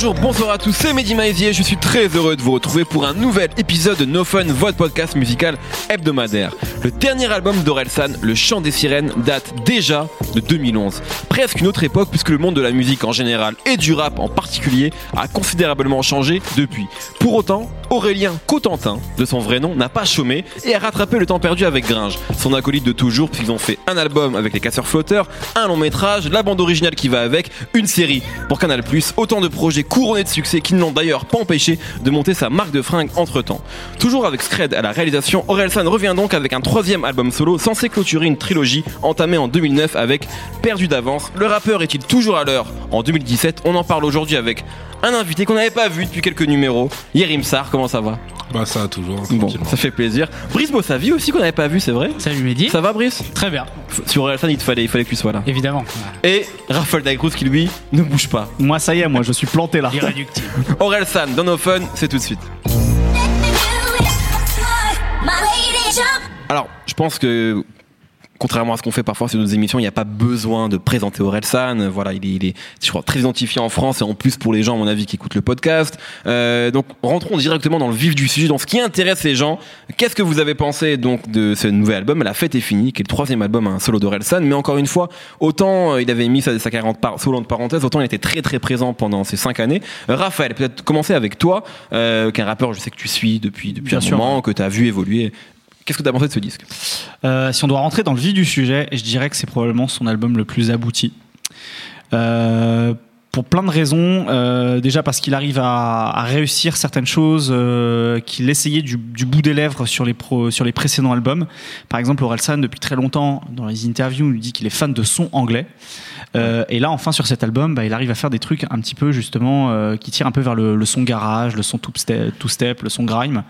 Bonjour, bonsoir à tous, c'est Mehdi Maizier, je suis très heureux de vous retrouver pour un nouvel épisode de No Fun, votre podcast musical hebdomadaire. Le dernier album d'Orelsan, Le Chant des Sirènes, date déjà de 2011. Presque une autre époque puisque le monde de la musique en général et du rap en particulier a considérablement changé depuis. Pour autant, Aurélien Cotentin, de son vrai nom, n'a pas chômé et a rattrapé le temps perdu avec Gringe, son acolyte de toujours, puisqu'ils ont fait un album avec les Casseurs Flotteurs, un long métrage, la bande originale qui va avec, une série pour Canal+, autant de projets couronnés de succès qui ne l'ont d'ailleurs pas empêché de monter sa marque de fringues entre-temps. Toujours avec Scred à la réalisation, Orelsan revient donc avec un troisième album solo censé clôturer une trilogie entamée en 2009 avec Perdu d'avance. Le rappeur est-il toujours à l'heure en 2017? On en parle aujourd'hui avec un invité qu'on n'avait pas vu depuis quelques numéros, Yerim Sar. Comment ça va? Bah ça toujours. Bon, ça fait plaisir. Brice Bossavi aussi qu'on n'avait pas vu, c'est vrai? Salut Mehdi. Ça va Brice? Très bien. Sur Orelsan il fallait que tu sois là. Évidemment. Et Raphaël Dacruz qui lui ne bouge pas. Moi ça y est, moi je suis planté là. Irréductible. Orelsan dans No Fun, c'est tout de suite. Alors, je pense que contrairement à ce qu'on fait parfois sur nos émissions, il n'y a pas besoin de présenter Orelsan. Voilà, il est, je crois, très identifié en France et en plus pour les gens, à mon avis, qui écoutent le podcast. Donc, rentrons directement dans le vif du sujet, dans ce qui intéresse les gens. Qu'est-ce que vous avez pensé donc de ce nouvel album? La fête est finie, qui est le troisième album, un solo d'Orelsan. Mais encore une fois, autant il avait mis sa carrière solo entre parenthèses, autant il était très très présent pendant ces 5 années. Raphaël, peut-être commencer avec toi, qui est un rappeur, je sais que tu suis depuis un moment, que tu as vu évoluer. Qu'est-ce que tu as pensé de ce disque? Si on doit rentrer dans le vif du sujet, je dirais que c'est probablement son album le plus abouti. Pour plein de raisons. Déjà parce qu'il arrive à réussir certaines choses qu'il essayait du bout des lèvres sur les précédents albums. Par exemple, Orelsan, depuis très longtemps, dans les interviews, il dit qu'il est fan de son anglais. Et là, enfin, sur cet album, il arrive à faire des trucs un petit peu, justement, qui tirent un peu vers le son garage, le son two-step, le son grime.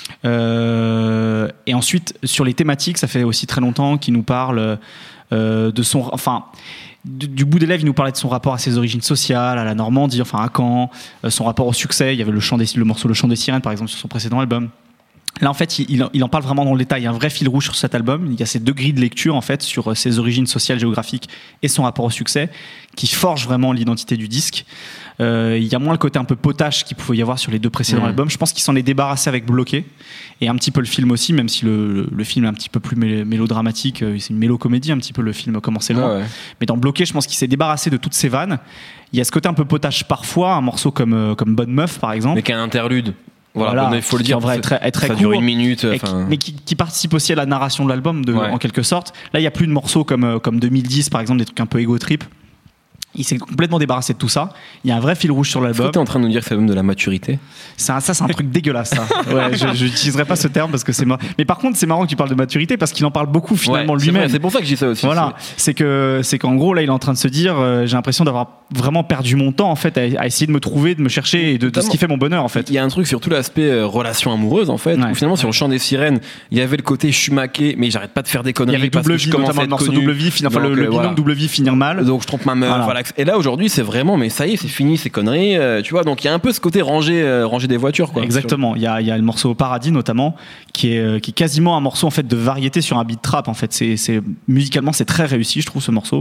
Et ensuite, sur les thématiques, ça fait aussi très longtemps qu'il nous parle de son... Enfin, du bout des lèvres, il nous parlait de son rapport à ses origines sociales, à la Normandie, enfin à Caen, son rapport au succès. Il y avait le morceau Le Chant des Sirènes, par exemple, sur son précédent album. Là, en fait, il en parle vraiment dans le détail. Il y a un vrai fil rouge sur cet album. Il y a ces deux grilles de lecture, en fait, sur ses origines sociales, géographiques et son rapport au succès, qui forgent vraiment l'identité du disque. Il y a moins le côté un peu potache qu'il pouvait y avoir sur les deux précédents albums. Je pense qu'il s'en est débarrassé avec Bloqué. Et un petit peu le film aussi, même si le film est un petit peu plus mélodramatique. C'est une mélocomédie, un petit peu, le film, comment c'est loin. Ouais. Mais dans Bloqué, je pense qu'il s'est débarrassé de toutes ces vannes. Il y a ce côté un peu potache parfois, un morceau comme Bonne Meuf, par exemple. Mais qui est un interlude. Voilà, il faut le dire. En vrai, très ça court, dure 1 minute. Mais qui participe aussi à la narration de l'album, en quelque sorte. Là, il n'y a plus de morceaux comme 2010, par exemple, des trucs un peu ego trip. Il s'est complètement débarrassé de tout ça. Il y a un vrai fil rouge sur l'album. Est-ce que t'es en train de nous dire que c'est l'album de la maturité? Ça, c'est un truc dégueulasse, ça. Ouais, je n'utiliserai pas ce terme parce que c'est marrant. Mais par contre, c'est marrant que tu parles de maturité parce qu'il en parle beaucoup finalement lui-même. C'est pour ça que je dis ça aussi. Voilà. C'est qu'en gros, là, il est en train de se dire j'ai l'impression d'avoir vraiment perdu mon temps en fait à essayer de me trouver, de me chercher et de ce qui fait mon bonheur en fait. Il y a un truc sur tout l'aspect relation amoureuse en fait. Où finalement, sur Le Chant des Sirènes, il y avait le côté je suis maqué, mais j'arrête pas de faire des conneries. Il y avait Double Vie, notamment le morceau Double Vie, le binôme Double Vie finir mal. Donc je trompe ma meuf. Voilà. Et là, aujourd'hui, c'est vraiment, mais ça y est, c'est fini, ces conneries, tu vois. Donc il y a un peu ce côté ranger des voitures, quoi. Exactement. Il y a le morceau Paradis notamment, qui est quasiment un morceau en fait de variété sur un beat trap. En fait, c'est musicalement c'est très réussi, je trouve ce morceau.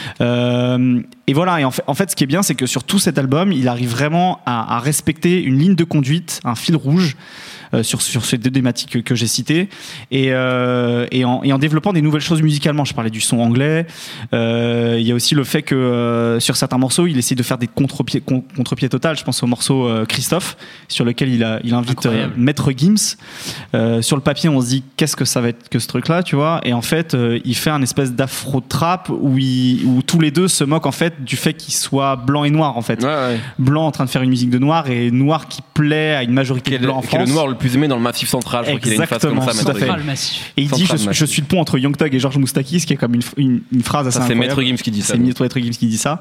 Et voilà. Et en fait, ce qui est bien, c'est que sur tout cet album, il arrive vraiment à respecter une ligne de conduite, un fil rouge. Sur ces deux thématiques que j'ai citées et en développant des nouvelles choses musicalement. Je parlais du son anglais. Il y a aussi le fait que sur certains morceaux, il essaie de faire des contre-pieds total. Je pense au morceau Christophe, sur lequel il invite Maître Gims. Sur le papier, on se dit qu'est-ce que ça va être que ce truc-là, tu vois. Et en fait, il fait un espèce d'afro-trap où tous les deux se moquent en fait du fait qu'il soit blanc et noir en fait. Blanc en train de faire une musique de noir et noir qui plaît à une majorité de blancs en France. Le noir le plus aimé dans le Massif Central. Je crois qu'il a une phase comme ça. Et il dit je suis le pont entre Young Thug et Georges Moustakis, qui est comme une phrase assez incroyable. C'est Maître Gims qui dit ça. C'est Maître Gims qui dit ça.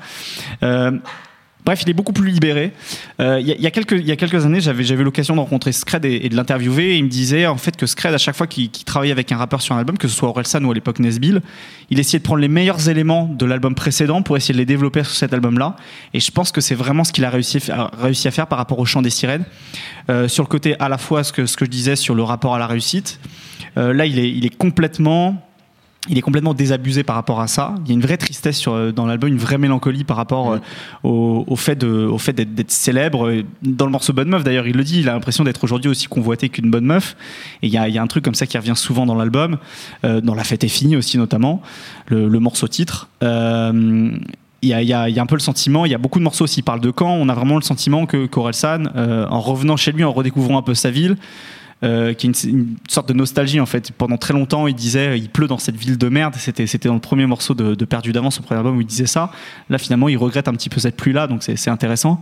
Bref, il est beaucoup plus libéré. Il y a quelques années, j'avais eu l'occasion de rencontrer Scred et de l'interviewer. Et il me disait en fait que Scred, à chaque fois qu'il travaillait avec un rappeur sur un album, que ce soit Orelsan ou à l'époque Nesbill, il essayait de prendre les meilleurs éléments de l'album précédent pour essayer de les développer sur cet album-là. Et je pense que c'est vraiment ce qu'il a réussi à faire par rapport au Chant des Sirènes. Sur le côté à la fois ce que je disais sur le rapport à la réussite. Là, il est complètement il est complètement désabusé par rapport à ça. Il y a une vraie tristesse dans l'album, une vraie mélancolie par rapport au fait d'être célèbre. Dans le morceau Bonne Meuf, d'ailleurs, il le dit, il a l'impression d'être aujourd'hui aussi convoité qu'une bonne meuf. Et il y a un truc comme ça qui revient souvent dans l'album, dans La fête est finie aussi notamment, le morceau titre. Il y a un peu le sentiment, il y a beaucoup de morceaux aussi qui parlent de Caen, on a vraiment le sentiment qu'Orelsan, en revenant chez lui, en redécouvrant un peu sa ville, qui est une sorte de nostalgie en fait. Pendant très longtemps il disait il pleut dans cette ville de merde, c'était dans le premier morceau de Perdu d'avance, son premier album, où il disait ça. Là finalement il regrette un petit peu cette pluie là, donc c'est intéressant.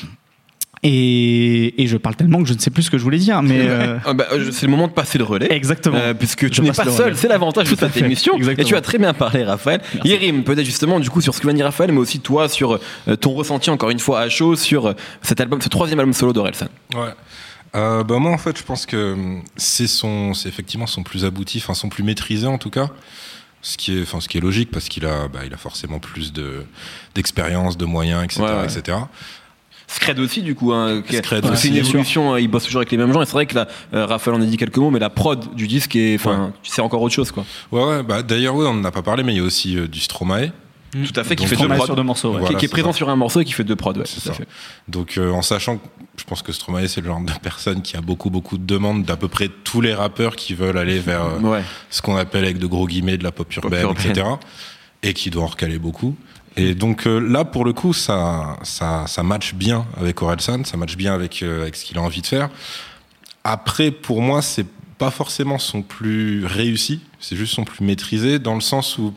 Et je parle tellement que je ne sais plus ce que je voulais dire, mais c'est le moment de passer le relais. Exactement. Puisque tu n'es pas seul, c'est l'avantage de cette émission. Exactement. Et tu as très bien parlé, Raphaël. Yérim, peut-être justement du coup sur ce que vient de dire Raphaël, mais aussi toi sur ton ressenti encore une fois à chaud sur cet album, ce troisième album solo d'Orelsan. Ouais. Moi en fait je pense que c'est effectivement son plus abouti, son plus maîtrisé en tout cas, ce qui est logique parce qu'il a forcément plus d'expérience, de moyens, etc. Ouais. etc. Scred aussi du coup, Scred c'est aussi, une évolution, il bosse toujours avec les mêmes gens et c'est vrai que là Raphaël en a dit quelques mots, mais la prod du disque c'est encore autre chose quoi. D'ailleurs on n'en a pas parlé, mais il y a aussi du Stromae. Tout à fait, qui Donc, fait deux prods sur deux morceaux, Voilà, qui est présent sur un morceau et qui fait deux prods, c'est ça. Donc en sachant que je pense que Stromae c'est le genre de personne qui a beaucoup de demandes d'à peu près tous les rappeurs qui veulent aller vers ce qu'on appelle avec de gros guillemets de la pop urbaine, etc. et qui doit en recaler beaucoup. Et donc là pour le coup ça match bien avec Orelsan, ça match bien avec ce qu'il a envie de faire. Après pour moi c'est pas forcément son plus réussi, c'est juste son plus maîtrisé, dans le sens où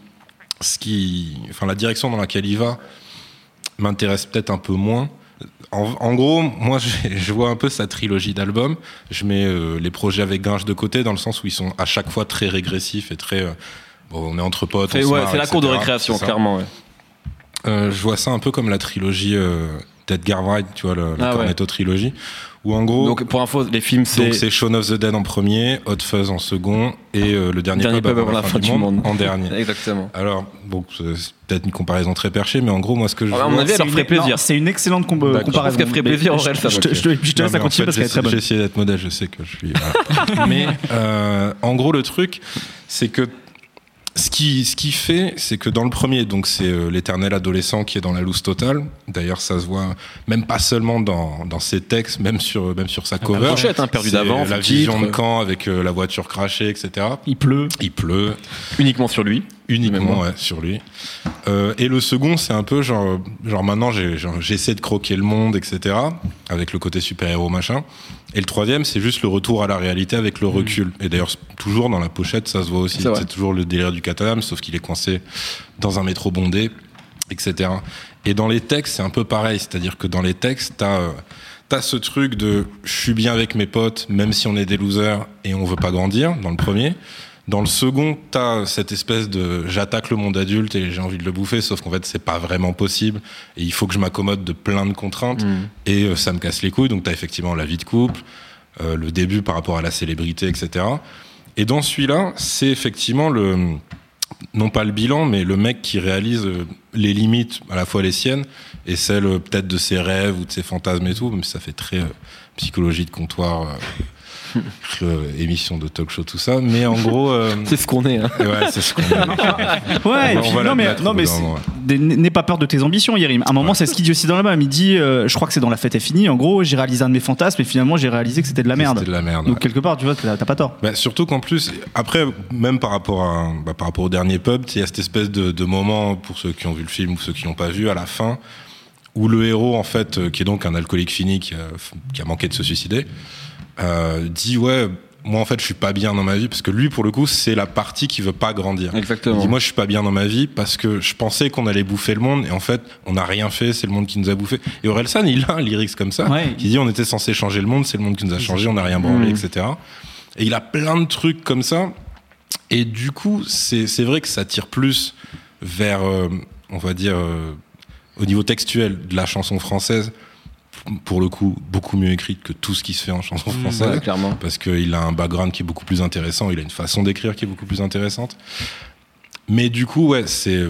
la direction dans laquelle il va m'intéresse peut-être un peu moins. En gros, moi, je vois un peu sa trilogie d'albums. Je mets les projets avec Grinch de côté, dans le sens où ils sont à chaque fois très régressifs et très... on est entre potes, on se marre, c'est la cour de récréation, clairement. Je vois ça un peu comme la trilogie d'Edgar Wright, tu vois, la Cornetto trilogie. Où en gros, donc pour info, les films c'est Shaun of the Dead en premier, Hot Fuzz en second et le dernier pub avant la fin du monde en dernier. Exactement. Alors c'est peut-être une comparaison très perchée, mais en gros moi ce que je vois, à mon avis, elle leur ferait plaisir. C'est une excellente comparaison. Je pense qu'elle ferait plaisir en réel. Je te laisse la continuer parce qu'elle est très bonne. J'ai essayé d'être modèle, je sais que je suis. Mais en gros le truc, c'est que ce qui fait, c'est que dans le premier, donc c'est l'éternel adolescent qui est dans la loose totale. D'ailleurs, ça se voit même pas seulement dans ses textes, même sur sa cover. La pochette, Perdu d'avance. La vision de Caen avec la voiture crachée, etc. Il pleut. Uniquement sur lui. Sur lui. Et le second, c'est un peu genre maintenant j'essaie de croquer le monde, etc. avec le côté super-héros machin. Et le troisième, c'est juste le retour à la réalité avec le recul. Et d'ailleurs, toujours dans la pochette, ça se voit aussi. C'est toujours le délire du Catanam, sauf qu'il est coincé dans un métro bondé, etc. Et dans les textes, c'est un peu pareil. C'est-à-dire que dans les textes, t'as ce truc de « je suis bien avec mes potes, même si on est des losers et on veut pas grandir », dans le premier. Dans le second, t'as cette espèce de j'attaque le monde adulte et j'ai envie de le bouffer, sauf qu'en fait c'est pas vraiment possible et il faut que je m'accommode de plein de contraintes et ça me casse les couilles. Donc t'as effectivement la vie de couple, le début par rapport à la célébrité, etc. Et dans celui-là, c'est effectivement non pas le bilan, mais le mec qui réalise les limites, à la fois les siennes et celles peut-être de ses rêves ou de ses fantasmes et tout, même si ça fait très psychologie de comptoir. Émission de talk show, tout ça, mais en gros c'est ce qu'on est, hein. Ouais, c'est ce qu'on est. Ouais, et puis, n'aie pas peur de tes ambitions, Yérim. À un moment, c'est ce qu'il dit aussi dans l'album. Il dit je crois que c'est dans La fête est finie, en gros j'ai réalisé un de mes fantasmes et finalement j'ai réalisé que c'était de la merde. Donc quelque part tu vois, t'as pas tort. Surtout qu'en plus après, même par rapport au dernier pub, il y a cette espèce de moment, pour ceux qui ont vu le film ou ceux qui l'ont pas vu, à la fin où le héros en fait, qui est donc un alcoolique fini qui a manqué de se suicider, dit moi en fait je suis pas bien dans ma vie, parce que lui pour le coup c'est la partie qui veut pas grandir. Exactement. Il dit moi je suis pas bien dans ma vie parce que je pensais qu'on allait bouffer le monde et en fait on n'a rien fait, c'est le monde qui nous a bouffé. Et Orelsan il a un lyrics comme ça qui dit on était censé changer le monde, c'est le monde qui nous a changé, on n'a rien branlé, etc. Et il a plein de trucs comme ça et du coup c'est vrai que ça tire plus vers on va dire au niveau textuel de la chanson française, pour le coup beaucoup mieux écrite que tout ce qui se fait en chanson française, clairement. Parce qu'il a un background qui est beaucoup plus intéressant, il a une façon d'écrire qui est beaucoup plus intéressante, mais du coup c'est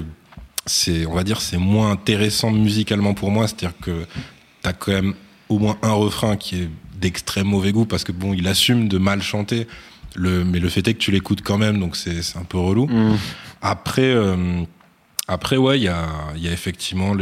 on va dire c'est moins intéressant musicalement pour moi, c'est-à-dire que t'as quand même au moins un refrain qui est d'extrême mauvais goût, parce que bon il assume de mal chanter mais le fait est que tu l'écoutes quand même, donc c'est un peu relou. Après ouais, il y a effectivement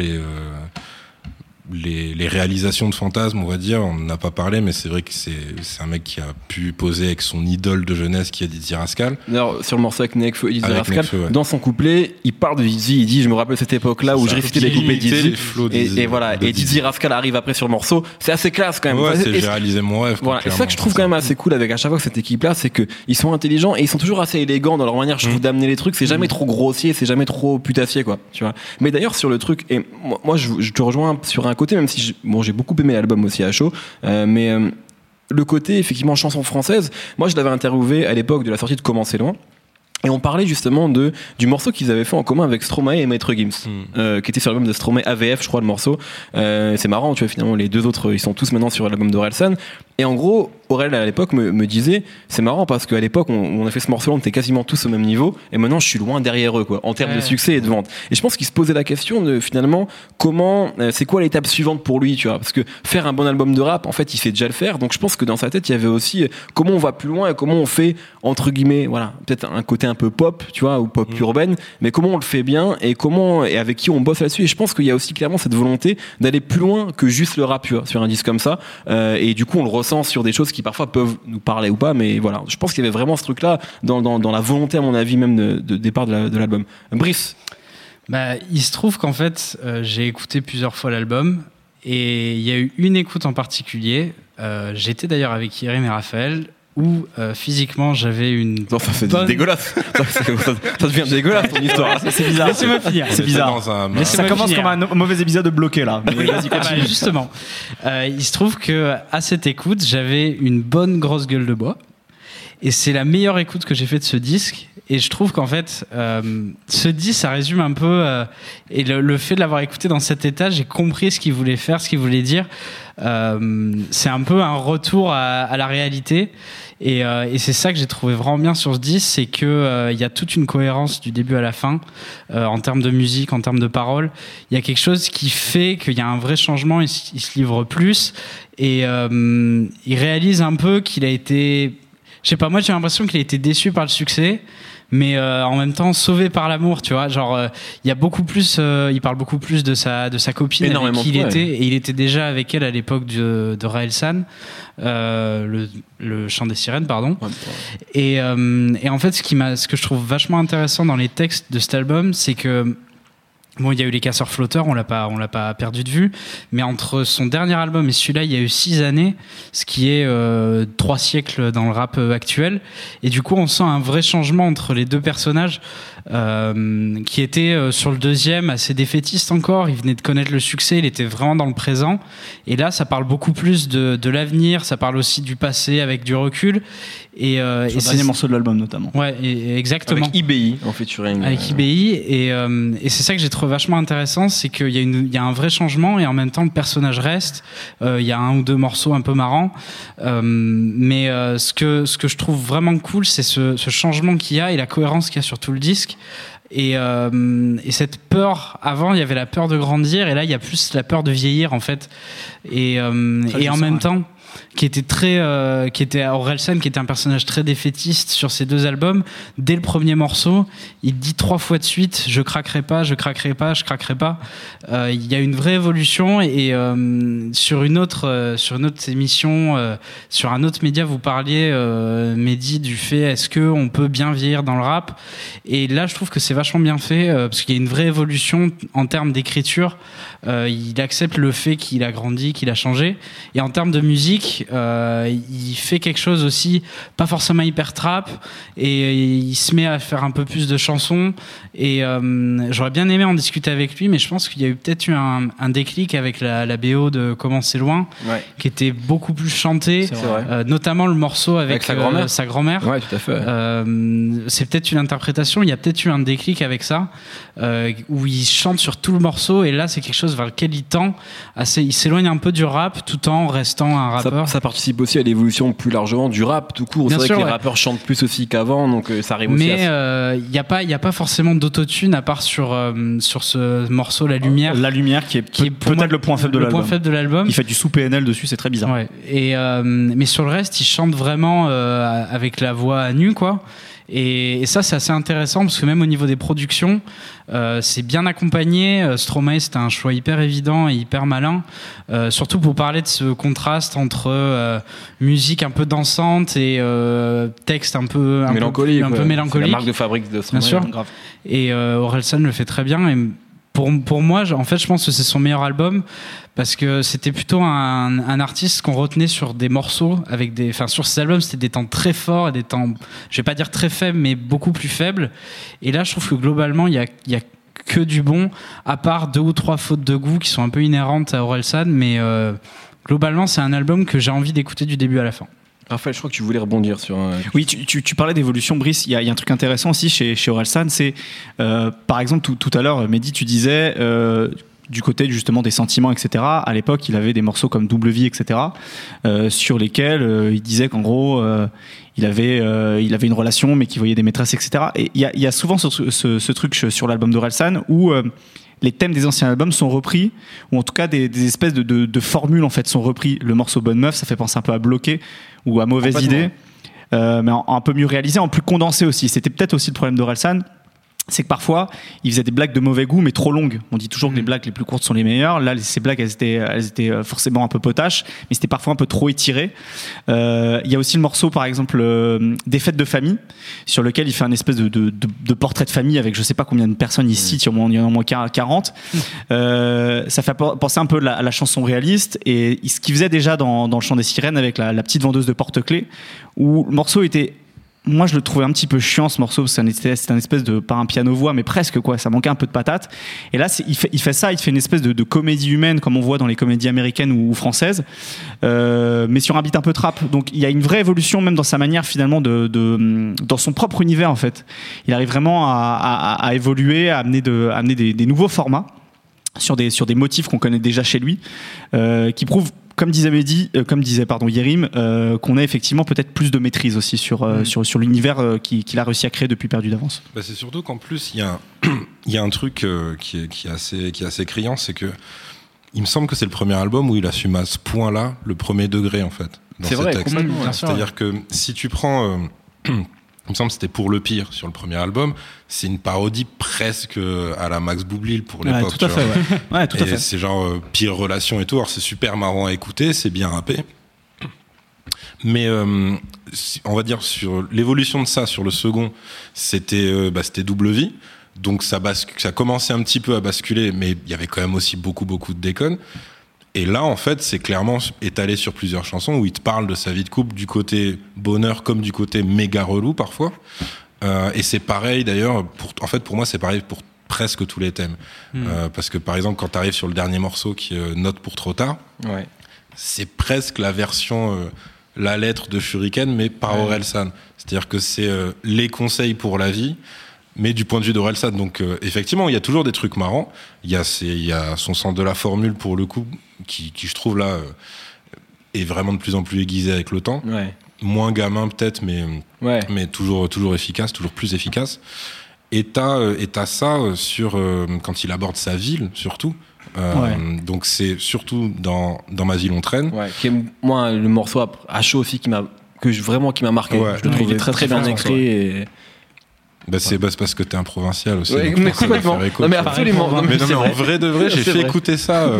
les réalisations de Fantasme, on va dire, on n'en a pas parlé, mais c'est vrai que c'est un mec qui a pu poser avec son idole de jeunesse qui est Dizzy Rascal. D'ailleurs, sur le morceau avec Nekfeu et Dizzy Rascal, dans son couplet, il parle de Dizzy, il dit je me rappelle cette époque-là où je récitais les couplets de Dizzy, et voilà, et Dizzy Rascal arrive après sur le morceau, c'est assez classe quand même. Ouais, j'ai réalisé mon rêve. Voilà, et c'est ça que je trouve quand même assez cool avec à chaque fois cette équipe-là, c'est que ils sont intelligents et ils sont toujours assez élégants dans leur manière, je trouve, d'amener les trucs, c'est jamais trop grossier, c'est jamais trop putassier, quoi, tu vois. Mais d'ailleurs, sur le truc, et moi je te rejoins sur un côté, même si j'ai beaucoup aimé l'album aussi à chaud, mais le côté effectivement chanson française, moi je l'avais interviewé à l'époque de la sortie de Comment c'est loin, et on parlait justement du morceau qu'ils avaient fait en commun avec Stromae et Maître Gims, qui était sur l'album de Stromae, AVF je crois le morceau. C'est marrant, tu vois, finalement les deux autres ils sont tous maintenant sur l'album d'Orelsan, et en gros Aurel à l'époque me disait c'est marrant parce qu'à l'époque on a fait ce morceau-là, on était quasiment tous au même niveau, et maintenant je suis loin derrière eux, quoi, en termes de succès et de vente. Et je pense qu'il se posait la question de finalement comment, c'est quoi l'étape suivante pour lui, tu vois, parce que faire un bon album de rap, en fait il sait déjà le faire, donc je pense que dans sa tête il y avait aussi comment on va plus loin et comment on fait entre guillemets, voilà, peut-être un côté un peu pop, tu vois, ou pop urbaine, mais comment on le fait bien et comment et avec qui on bosse là-dessus. Et je pense qu'il y a aussi clairement cette volonté d'aller plus loin que juste le rap, tu vois, sur un disque comme ça, et du coup on le ressent sur des choses qui parfois peuvent nous parler ou pas, mais voilà, je pense qu'il y avait vraiment ce truc là dans la volonté, à mon avis, même de départ de l'album. Brice. Il se trouve qu'en fait j'ai écouté plusieurs fois l'album, et il y a eu une écoute en particulier, j'étais d'ailleurs avec Yérim et Raphaël, où physiquement j'avais une non, ça c'est dégueulasse. ça devient dégueulasse ton histoire. C'est bizarre. Laissez-moi finir. C'est bizarre. Ça commence comme un mauvais épisode bloqué là. Oui, vas-y, continue. Justement, il se trouve que à cette écoute, j'avais une bonne grosse gueule de bois, et c'est la meilleure écoute que j'ai fait de ce disque. Et je trouve qu'en fait, ce disque, ça résume un peu, et le fait de l'avoir écouté dans cet état, j'ai compris ce qu'il voulait faire, ce qu'il voulait dire. C'est un peu un retour à la réalité, et c'est ça que j'ai trouvé vraiment bien sur ce disque, c'est que il y a toute une cohérence du début à la fin, en termes de musique, en termes de paroles. Il y a quelque chose qui fait qu'il y a un vrai changement, il se livre plus, et il réalise un peu qu'il a été, je sais pas, moi j'ai l'impression qu'il a été déçu par le succès, mais en même temps sauvé par l'amour, tu vois, genre il y a beaucoup plus, il parle beaucoup plus de sa copine avec qui il était, et il était déjà avec elle à l'époque de Raelsan, le chant des sirènes, pardon. Et en fait ce que je trouve vachement intéressant dans les textes de cet album, c'est que bon, il y a eu les Casseurs Flotteurs, on l'a pas perdu de vue, mais entre son dernier album et celui-là, il y a eu 6 années, ce qui est 3 siècles dans le rap actuel, et du coup on sent un vrai changement entre les deux personnages, qui était sur le deuxième assez défaitiste encore, il venait de connaître le succès, il était vraiment dans le présent, et là ça parle beaucoup plus de l'avenir, ça parle aussi du passé avec du recul, et c'est le dernier morceau de l'album notamment. Ouais, exactement. Avec IBI en featuring. Avec IBI, et c'est ça que j'ai trouvé vachement intéressant, c'est qu'il y a un vrai changement, et en même temps le personnage reste. Il y a 1 ou 2 morceaux un peu marrants, mais ce que je trouve vraiment cool, c'est ce changement qu'il y a et la cohérence qu'il y a sur tout le disque. Et cette peur, avant il y avait la peur de grandir, et là il y a plus la peur de vieillir en fait, et en même temps qui était Orelsan, qui était un personnage très défaitiste sur ces 2 albums. Dès le premier morceau, il dit 3 fois de suite je craquerai pas, je craquerai pas, je craquerai pas. Il y a une vraie évolution, et sur une autre émission, sur un autre média, vous parliez, Mehdi, du fait est-ce que on peut bien vieillir dans le rap, et là je trouve que c'est vachement bien fait, parce qu'il y a une vraie évolution en termes d'écriture. Il accepte le fait qu'il a grandi, qu'il a changé, et en termes de musique, il fait quelque chose aussi pas forcément hyper trap, et il se met à faire un peu plus de chansons, et j'aurais bien aimé en discuter avec lui, mais je pense qu'il y a eu peut-être eu un déclic avec la BO de Comment c'est loin, qui était beaucoup plus chantée, notamment le morceau avec sa grand-mère. Ouais, tout à fait. C'est peut-être une interprétation, il y a peut-être eu un déclic avec ça, où il chante sur tout le morceau, et là c'est quelque chose vers lequel il tend il s'éloigne un peu du rap tout en restant un rappeur. rappeurs. Ça participe aussi à l'évolution plus largement du rap tout court. Bien C'est vrai sûr, que les ouais. rappeurs chantent plus aussi qu'avant, donc ça arrive aussi. Mais il n'y a pas forcément d'autotune à part sur ce morceau La Lumière. La lumière qui est pour moi peut-être le point faible de le l'album. point faible de l'album. Il fait du sous PNL dessus, c'est très bizarre. Ouais. Et mais sur le reste, il chante vraiment avec la voix à nu, quoi. Et ça, c'est assez intéressant parce que même au niveau des productions, c'est bien accompagné. Stromae, c'était un choix hyper évident et hyper malin, surtout pour parler de ce contraste entre musique un peu dansante et texte un peu mélancolique. un peu C'est mélancolique. la marque de fabrique de Stromae. Bien sûr. Grave. Et Orelsan le fait très bien. Et pour moi, en fait, je pense que c'est son meilleur album parce que c'était plutôt un artiste qu'on retenait sur des morceaux sur ces albums, c'était des temps très forts et des temps, je vais pas dire très faibles, mais beaucoup plus faibles. Et là, je trouve que globalement, il y a que du bon, à part 2 ou 3 fautes de goût qui sont un peu inhérentes à Orelsan, mais globalement, c'est un album que j'ai envie d'écouter du début à la fin. Raphaël, je crois que tu voulais rebondir sur. Oui, tu parlais d'évolution, Brice. Il y a un truc intéressant aussi chez Orelsan, c'est par exemple tout à l'heure, Mehdi, tu disais du côté justement des sentiments, etc. À l'époque, il avait des morceaux comme Double Vie, etc. Sur lesquels il disait qu'en gros, il avait une relation, mais qu'il voyait des maîtresses, etc. Et il y a souvent ce truc sur l'album d'Orelsan où les thèmes des anciens albums sont repris, ou en tout cas des espèces de formules en fait sont repris. Le morceau Bonne Meuf, ça fait penser un peu à Bloqué ou à Mauvaise Idée, mais un peu mieux réalisé, en plus condensé aussi. C'était peut-être aussi le problème d'Orelsan, c'est que parfois il faisait des blagues de mauvais goût mais trop longues. On dit toujours que les blagues les plus courtes sont les meilleures. Là, ces blagues elles étaient forcément un peu potaches, mais c'était parfois un peu trop étiré. Il y a aussi le morceau par exemple des fêtes de famille, sur lequel il fait un espèce de portrait de famille avec je sais pas combien de personnes il cite, il y en a au moins 40. Ça fait penser un peu à la chanson réaliste et ce qu'il faisait déjà dans le chant des sirènes avec la petite vendeuse de porte-clés, où le morceau était, moi je le trouvais un petit peu chiant ce morceau, parce que c'était un espèce de, pas un piano-voix mais presque quoi, ça manquait un peu de patate. Et là il fait une espèce de comédie humaine comme on voit dans les comédies américaines ou françaises, mais sur un beat un peu trap. Donc il y a une vraie évolution même dans sa manière finalement dans son propre univers en fait. Il arrive vraiment à évoluer, à amener des nouveaux formats sur des motifs qu'on connaît déjà chez lui, qui prouvent, comme disait Yérim, qu'on a effectivement peut-être plus de maîtrise aussi sur l'univers qu'il a réussi à créer depuis Perdu d'avance. Bah c'est surtout qu'en plus il y a un truc qui est assez criant, c'est que il me semble que c'est le premier album où il assume à ce point-là le premier degré en fait dans ses textes. Complètement. C'est-à-dire que si tu prends il me semble que c'était Pour le pire sur le premier album, c'est une parodie presque à la Max Boublil pour l'époque. Tout à fait, ouais, tout à fait. C'est genre pire relation et tout. Alors c'est super marrant à écouter, c'est bien rappé. Mais on va dire sur l'évolution de ça sur le second, c'était Double Vie. Donc ça commençait un petit peu à basculer, mais il y avait quand même aussi beaucoup de déconnes. Et là, en fait, c'est clairement étalé sur plusieurs chansons où il te parle de sa vie de couple du côté bonheur comme du côté méga relou parfois. Et c'est pareil d'ailleurs, pour moi, c'est pareil pour presque tous les thèmes. Parce que par exemple, quand tu arrives sur le dernier morceau qui est Note pour trop tard, c'est presque la version, la lettre de Shuriken, mais par Orelsan. C'est-à-dire que c'est les conseils pour la vie, mais du point de vue d'Orelsan. Donc effectivement, il y a toujours des trucs marrants. Il y a son sens de la formule pour le coup, qui je trouve là est vraiment de plus en plus aiguisé avec le temps. Moins gamin peut-être, mais toujours efficace, toujours plus efficace. Et t'as ça sur quand il aborde sa ville surtout. Donc c'est surtout dans Ma ville on traîne. Qui est moi le morceau à chaud aussi qui m'a marqué. Je le trouve très bien écrit. C'est parce que t'es un provincial aussi. Mais complètement. Non, mais absolument. Mais en vrai de vrai, j'ai fait écouter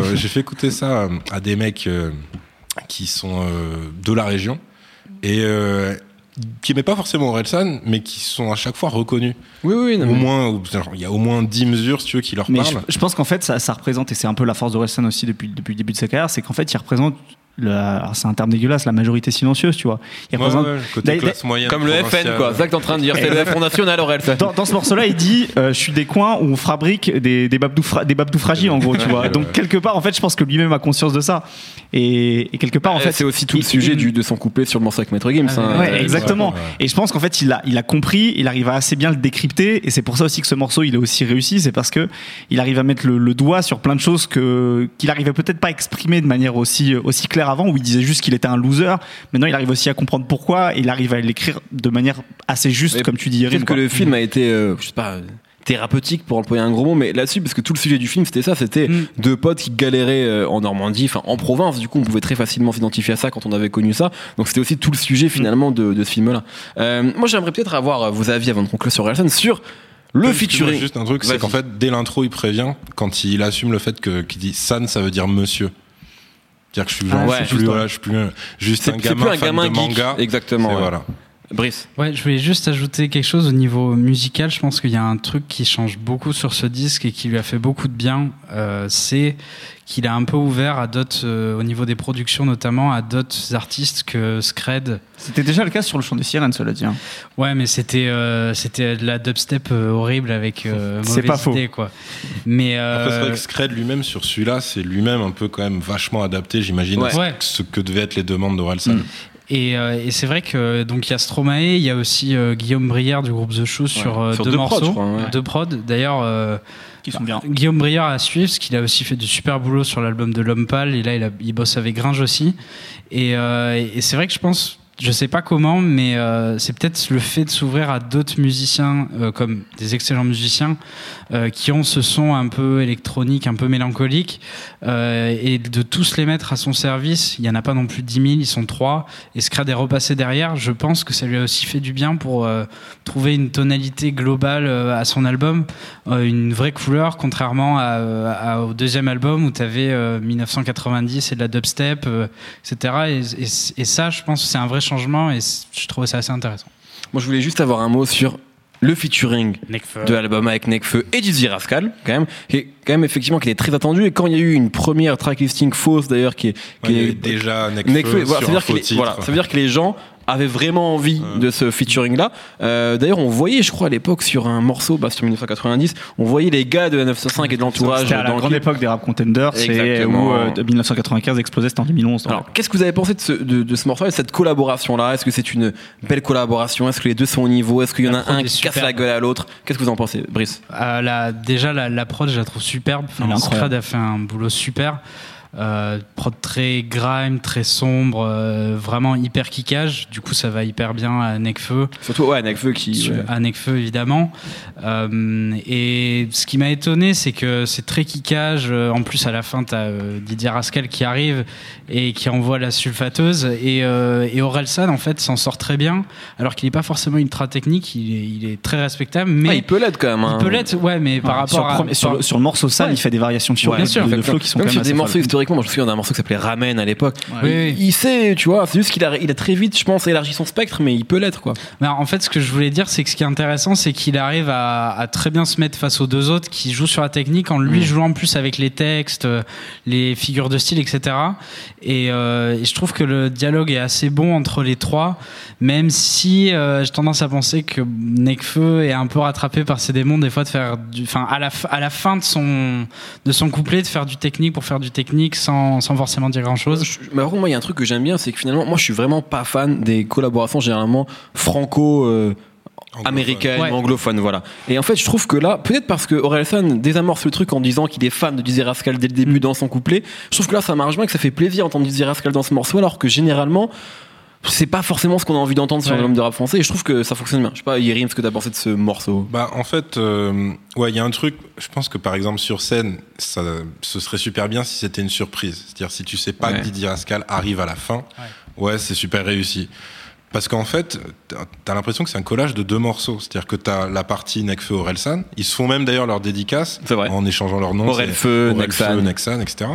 ça à des mecs qui sont de la région et qui n'aimaient pas forcément Orelsan, mais qui sont à chaque fois reconnus. Oui. Il y a au moins 10 mesures, si tu veux, qui leur parlent. Je pense qu'en fait, ça représente, et c'est un peu la force d'Orelsan aussi depuis le début de sa carrière, c'est qu'en fait, il représente alors c'est un terme dégueulasse, la majorité silencieuse, tu vois. Il représente côté classe moyenne, comme le FN, quoi. C'est ça que t'es en train de dire. C'est le Front National, Orelsan. Dans ce morceau-là, il dit je suis des coins où on fabrique des babdous fragiles, en gros, tu vois. Donc quelque part, en fait, je pense que lui-même a conscience de ça. Et quelque part, en fait, c'est aussi tout le sujet de son couplet sur le morceau avec Maître Gims. Exactement. Et je pense qu'en fait, il a compris, il arrive à assez bien le décrypter, et c'est pour ça aussi que ce morceau, il est aussi réussi. C'est parce que il arrive à mettre le doigt sur plein de choses qu'il arrivait peut-être pas à exprimer de manière aussi claire clair avant où il disait juste qu'il était un loser. Maintenant, il arrive aussi à comprendre pourquoi et il arrive à l'écrire de manière assez juste, comme tu dis, Yerim. Peut-être que le film a été, je sais pas, thérapeutique pour employer un gros mot, mais là-dessus, parce que tout le sujet du film c'était ça, c'était deux potes qui galéraient en Normandie, enfin en province, du coup on pouvait très facilement s'identifier à ça quand on avait connu ça, donc c'était aussi tout le sujet finalement de ce film-là. Moi j'aimerais peut-être avoir vos avis avant de conclure sur Orelsan sur le featuring. Juste un truc, c'est qu'en fait dès l'intro il prévient, quand il assume le fait qu'il dit San ça veut dire monsieur. C'est-à-dire que je suis genre, je suis plus juste un gamin fan de manga. Exactement. Voilà. Brice. Ouais, je voulais juste ajouter quelque chose au niveau musical. Je pense qu'il y a un truc qui change beaucoup sur ce disque et qui lui a fait beaucoup de bien. C'est qu'il a un peu ouvert à d'autres, au niveau des productions notamment, à d'autres artistes que Scred. C'était déjà le cas sur le chant des sirènes, cela dit. Ouais, mais c'était de la dubstep horrible avec c'est pas idée, quoi. Mais après, c'est vrai que Scred lui-même sur celui-là, c'est lui-même un peu quand même vachement adapté, j'imagine, ce que devaient être les demandes d'Orelsan. Et c'est vrai que donc il y a Stromae, il y a aussi Guillaume Brière du groupe The Shoes sur deux morceaux, deux prods. D'ailleurs, qui sont bien. Guillaume Brière à suivre, parce qu'il a aussi fait du super boulot sur l'album de L'Homme Pâle, et là il bosse avec Gringe aussi. Et c'est vrai que je pense, je sais pas comment, mais c'est peut-être le fait de s'ouvrir à d'autres musiciens, comme des excellents musiciens, qui ont ce son un peu électronique, un peu mélancolique, et de tous les mettre à son service. Il y en a pas non plus 10 000, ils sont 3, et Scred est repassé derrière. Je pense que ça lui a aussi fait du bien pour trouver une tonalité globale à son album, une vraie couleur, contrairement au deuxième album où tu avais 1990 et de la dubstep, etc. Et ça, je pense que c'est un vrai changement, et je trouvais ça assez intéressant. Moi je voulais juste avoir un mot sur le featuring Nekfeu. de l'album avec Nekfeu et Dizzy Rascal, quand même, qui est quand même effectivement qui est très attendu. Et quand il y a eu une première tracklisting fausse d'ailleurs qui est déjà Nekfeu voilà, sur un faux titre. Voilà, ça veut dire que les gens avaient vraiment envie de ce featuring là. D'ailleurs on voyait, je crois à l'époque sur un morceau, sur 1990, on voyait les gars de la 905 et de l'entourage. C'était à la grande époque des rap contenders, c'est où 1995 explosait, c'était en 2011. Alors qu'est-ce que vous avez pensé de ce morceau et de cette collaboration là? Est-ce que c'est une belle collaboration? Est-ce que les deux sont au niveau? Est-ce qu'il y en a un qui casse la gueule à l'autre? Qu'est-ce que vous en pensez, Brice? Déjà la prod, je la trouve superbe. Scred a fait un boulot super. Prod très grime, très sombre, vraiment hyper kickage. Du coup, ça va hyper bien à Nekfeu. Surtout à Nekfeu à Nekfeu évidemment. Et ce qui m'a étonné, c'est que c'est très kickage. En plus, à la fin, t'as Didier Rascal qui arrive et qui envoie la sulfateuse. Et Orelsan, en fait, s'en sort très bien, alors qu'il n'est pas forcément ultra technique. Il est très respectable, mais il peut l'être quand même. Il peut l'être, ouais, mais par rapport sur le morceau San, il fait des variations sur bien sûr, de flow qui sont même quand même sur assez des morceaux folles. historiquement. Moi, je me souviens d'un morceau qui s'appelait Ramen à l'époque. Oui. Il sait, tu vois. C'est juste qu'il a très vite, je pense, élargi son spectre, mais il peut l'être, quoi. Alors, en fait, ce que je voulais dire, c'est que ce qui est intéressant, c'est qu'il arrive à très bien se mettre face aux deux autres qui jouent sur la technique, en lui jouant en plus avec les textes, les figures de style, etc. Et je trouve que le dialogue est assez bon entre les trois, même si j'ai tendance à penser que Nekfeu est un peu rattrapé par ses démons des fois de faire à la fin de son couplet, de faire du technique pour faire du technique sans forcément dire grand chose. Mais par contre, moi, il y a un truc que j'aime bien, c'est que finalement, moi, je suis vraiment pas fan des collaborations généralement américaine, anglophone, voilà. Et en fait, je trouve que là, peut-être parce que Orelsan désamorce le truc en disant qu'il est fan de Dizzy Rascal dès le début dans son couplet, je trouve que là, ça marche bien, que ça fait plaisir d'entendre Dizzy Rascal dans ce morceau, alors que généralement, c'est pas forcément ce qu'on a envie d'entendre sur un album de rap français, et je trouve que ça fonctionne bien. Je sais pas, Yerim, ce que t'as pensé de ce morceau? En fait, il y a un truc, je pense que par exemple sur scène, ce serait super bien si c'était une surprise. C'est-à-dire si tu sais pas que Dizzy Rascal arrive à la fin, c'est super réussi. Parce qu'en fait, t'as l'impression que c'est un collage de deux morceaux. C'est-à-dire que t'as la partie Nekfeu, Orelsan. Ils se font même d'ailleurs leur dédicace en échangeant leurs noms. Orelfeu, Neksan, etc.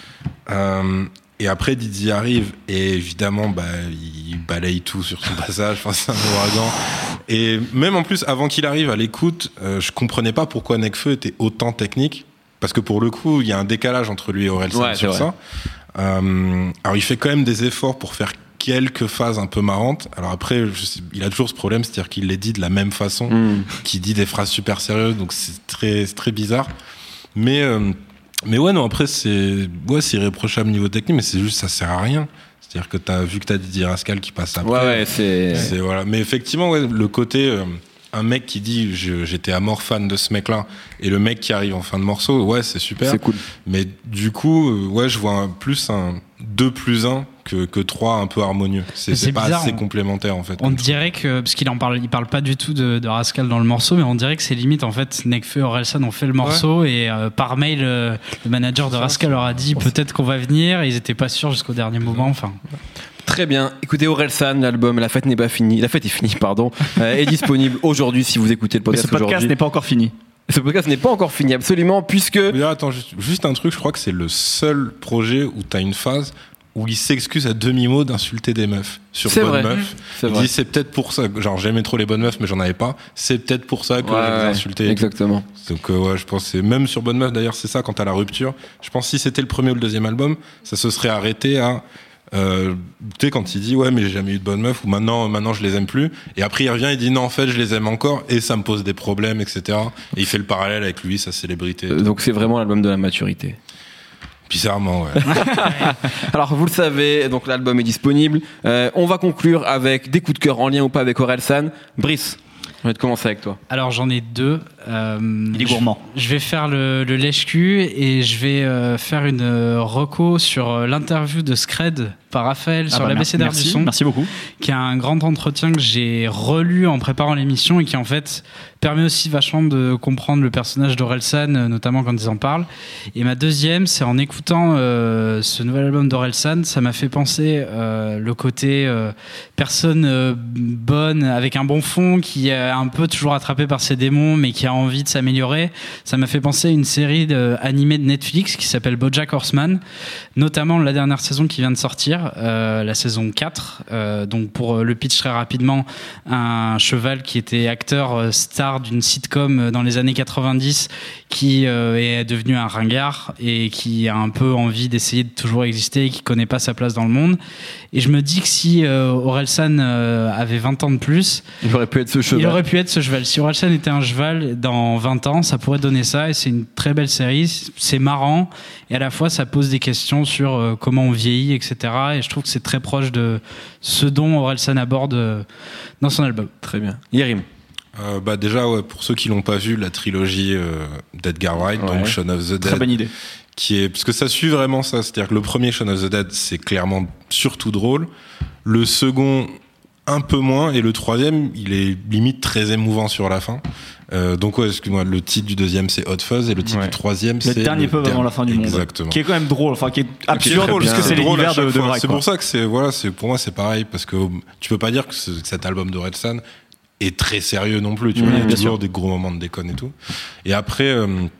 Et après, Dizzy arrive et évidemment, il balaye tout sur son passage. Enfin, c'est un ouragan. Et même en plus, avant qu'il arrive à l'écoute, je comprenais pas pourquoi Nekfeu était autant technique. Parce que pour le coup, il y a un décalage entre lui et Orelsan sur ça. Alors, il fait quand même des efforts pour faire quelques phases un peu marrantes. Alors après, il a toujours ce problème, c'est-à-dire qu'il les dit de la même façon, qu'il dit des phrases super sérieuses, donc c'est très bizarre. Mais après c'est irréprochable niveau technique, mais c'est juste ça sert à rien. C'est-à-dire que t'as Dizzy Rascal qui passe après. C'est voilà. Mais effectivement, le côté un mec qui dit j'étais à mort fan de ce mec-là, et le mec qui arrive en fin de morceau, c'est super. C'est cool. Mais du coup, je vois plus 2 plus 1 que 3 un peu harmonieux. C'est pas bizarre, assez complémentaire en fait. On dirait que, parce qu'il parle pas du tout de Rascal dans le morceau, mais on dirait que c'est limite en fait Nekfeu et Orelsan ont fait le morceau et par mail le manager de Rascal leur a dit peut-être qu'on va venir et ils étaient pas sûrs jusqu'au dernier moment. Enfin. Très bien. Écoutez, Orelsan, l'album La fête n'est pas finie. La fête est finie, pardon. Est disponible aujourd'hui si vous écoutez le podcast aujourd'hui. Mais ce podcast n'est pas encore fini. Ce podcast n'est pas encore fini, absolument, puisque... Mais là, attends, juste un truc, je crois que c'est le seul projet où t'as une phase où il s'excuse à demi-mot d'insulter des meufs sur Bonne Meuf. Il dit c'est peut-être pour ça, genre j'aimais trop les bonnes meufs mais j'en avais pas, c'est peut-être pour ça que je les insultais. Exactement. Donc ouais, je pense que c'est même sur Bonne Meuf d'ailleurs, c'est ça quand t'as la rupture. Je pense que si c'était le premier ou le deuxième album, ça se serait arrêté à tu sais quand il dit ouais mais j'ai jamais eu de bonne meuf ou maintenant je les aime plus et après il revient il dit non en fait je les aime encore et ça me pose des problèmes etc et il fait le parallèle avec lui sa célébrité donc c'est vraiment l'album de la maturité bizarrement ouais. Alors vous le savez donc l'album est disponible, on va conclure avec des coups de cœur en lien ou pas avec Orelsan. Brice, on va commencer avec toi. Alors j'en ai 2. Il est gourmand. Je vais faire le lèche-cul et je vais faire une reco sur l'interview de Scred par Raphaël sur l'ABCDR du son. Merci beaucoup. Qui est un grand entretien que j'ai relu en préparant l'émission et qui en fait permet aussi vachement de comprendre le personnage d'Orelsan, notamment quand ils en parlent. Et ma deuxième, c'est en écoutant ce nouvel album d'Orelsan, ça m'a fait penser le côté personne bonne avec un bon fond qui est un peu toujours attrapé par ses démons mais qui a envie de s'améliorer. Ça m'a fait penser à une série animée de Netflix qui s'appelle BoJack Horseman, notamment la dernière saison qui vient de sortir, la saison 4. Donc pour le pitch très rapidement, un cheval qui était acteur star d'une sitcom dans les années 90 qui est devenu un ringard et qui a un peu envie d'essayer de toujours exister et qui connaît pas sa place dans le monde. Et je me dis que si Orelsan avait 20 ans de plus, il aurait pu être ce cheval. Il aurait pu être ce cheval. Si Orelsan était un cheval dans 20 ans, ça pourrait donner ça. Et c'est une très belle série. C'est marrant. Et à la fois, ça pose des questions sur comment on vieillit, etc. Et je trouve que c'est très proche de ce dont Orelsan aborde dans son album. Très bien. Yerim. Déjà, ouais, pour ceux qui l'ont pas vu, la trilogie d'Edgar Wright, donc Shaun of the Dead. Très bonne idée. Parce que ça suit vraiment ça. C'est-à-dire que le premier Shaun of the Dead, c'est clairement surtout drôle. Le second, un peu moins. Et le troisième, il est limite très émouvant sur la fin. Donc ouais, excuse-moi, le titre du deuxième c'est Hot Fuzz et le titre du troisième c'est le dernier peuple avant la fin du monde. Exactement. Qui est quand même drôle, enfin qui est absurde parce que c'est l'univers de Wright. C'est pour ça que c'est pour moi c'est pareil parce que tu peux pas dire que cet album d'Orelsan est très sérieux non plus, tu vois, il y a toujours des gros moments de déconne et tout. Et après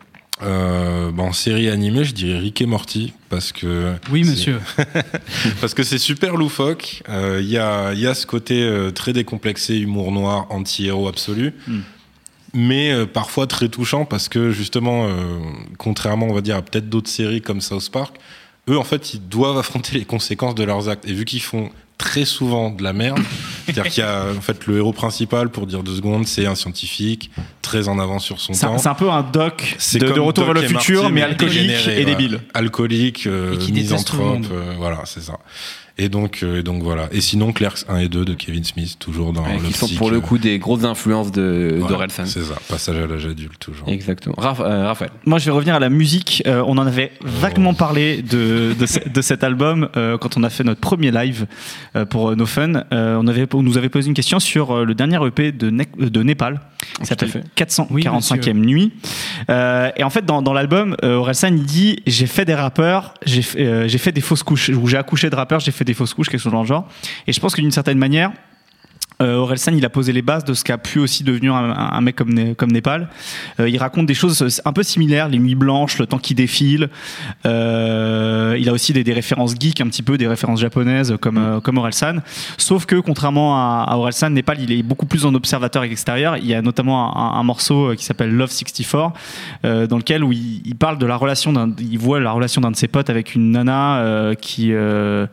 en série animée, je dirais Rick et Morty parce que oui monsieur parce que c'est super loufoque. Il y a ce côté très décomplexé, humour noir, anti-héros absolu. Mais parfois très touchant parce que justement contrairement on va dire à peut-être d'autres séries comme South Park, eux en fait ils doivent affronter les conséquences de leurs actes et vu qu'ils font très souvent de la merde, c'est-à-dire qu'il y a en fait le héros principal, pour dire 2 secondes, c'est un scientifique très en avance sur son temps. C'est un peu un doc de Retour vers le futur, mais alcoolique et débile. Alcoolique, misanthrope, voilà, c'est ça. Et donc voilà. Et sinon, Clerks 1 et 2 de Kevin Smith, toujours dans l'optique. Qui sont pour le coup des grosses influences d'Orelsan. C'est ça, passage à l'âge adulte, toujours. Exactement. Raphaël. Moi, je vais revenir à la musique. On en avait vaguement parlé de cet album quand on a fait notre premier live pour No Fun. On nous avait posé une question sur le dernier EP de Népal. Ça s'appelle 445e nuit. Et en fait, dans l'album, Orelsan, il dit « J'ai fait des rappeurs, j'ai fait des fausses couches. Ou j'ai accouché de rappeurs, j'ai fait des fausses couches, quelque chose dans le genre. » Et je pense que d'une certaine manière, Orelsan, il a posé les bases de ce qu'a pu aussi devenir un mec comme Népal. Il raconte des choses un peu similaires, les nuits blanches, le temps qui défile. Il a aussi des références geeks, un petit peu des références japonaises comme Orelsan. Sauf que contrairement à Orelsan, Népal, il est beaucoup plus en observateur extérieur. Il y a notamment un morceau qui s'appelle Love 64, dans lequel où il parle de la relation il voit la relation d'un de ses potes avec une nana qui le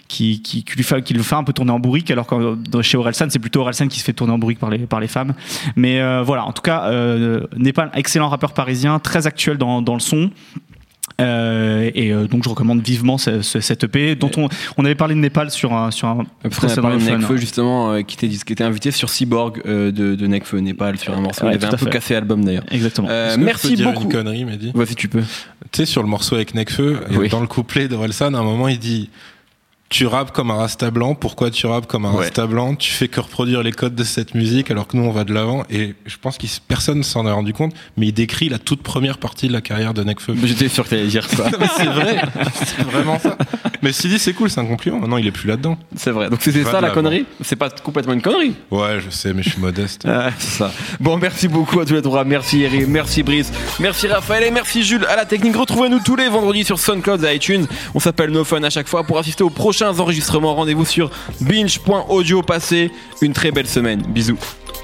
fait un peu tourner en bourrique, alors que chez Orelsan, c'est plutôt Orelsan qui se fait tourner en bourrique par les femmes. Mais voilà, en tout cas, Népal, excellent rappeur parisien, très actuel dans le son. Donc je recommande vivement cette EP dont on avait parlé de Népal sur un précédent Nekfeu justement qui était invité sur Cyborg de Nekfeu Népal sur un morceau. Il avait un peu cassé l'album d'ailleurs. Exactement. Merci dire beaucoup. Une connerie, Mehdi. Vas-y, tu peux. Tu sais, sur le morceau avec Nekfeu, dans le couplet d'Orelsan, à un moment il dit: tu rappes comme un rasta blanc, pourquoi tu rappes comme un rasta blanc? Tu fais que reproduire les codes de cette musique alors que nous on va de l'avant. Et je pense que personne s'en est rendu compte, mais il décrit la toute première partie de la carrière de Nekfeu. J'étais sûr que t'allais dire ça. Non, mais c'est vrai, c'est vraiment ça. Mais si dit, c'est cool, c'est un compliment. Maintenant il est plus là-dedans. C'est vrai. Donc c'était ça la connerie? C'est pas complètement une connerie. Ouais, je sais, mais je suis modeste. C'est ça. Bon, merci beaucoup à tous les trois. Merci Eric, merci Brice, merci Raphaël et merci Jules à la technique. Retrouvez-nous tous les vendredis sur SoundCloud et iTunes. On s'appelle No Fun à chaque fois. Pour assister aux prochains enregistrements, rendez-vous sur binge.audio. Passez une très belle semaine. Bisous.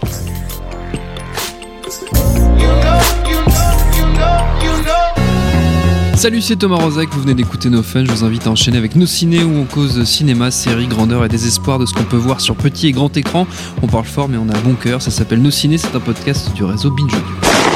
Salut, c'est Thomas Rozek, vous venez d'écouter No Fun, je vous invite à enchaîner avec Nos Ciné où on cause cinéma, séries, grandeur et désespoir de ce qu'on peut voir sur petit et grand écran. On parle fort mais on a bon cœur, ça s'appelle Nos Ciné, c'est un podcast du réseau Binge Audio.